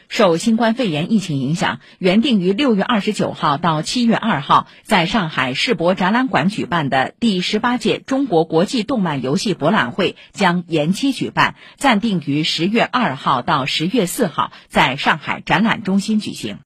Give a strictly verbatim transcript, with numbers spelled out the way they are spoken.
受新冠肺炎疫情影响，原定于六月二十九号到七月二号在上海世博展览馆举办的第十八届中国国际动漫游戏博览会将延期举办，暂定于十月二号到十月四号在上海展览中心举行。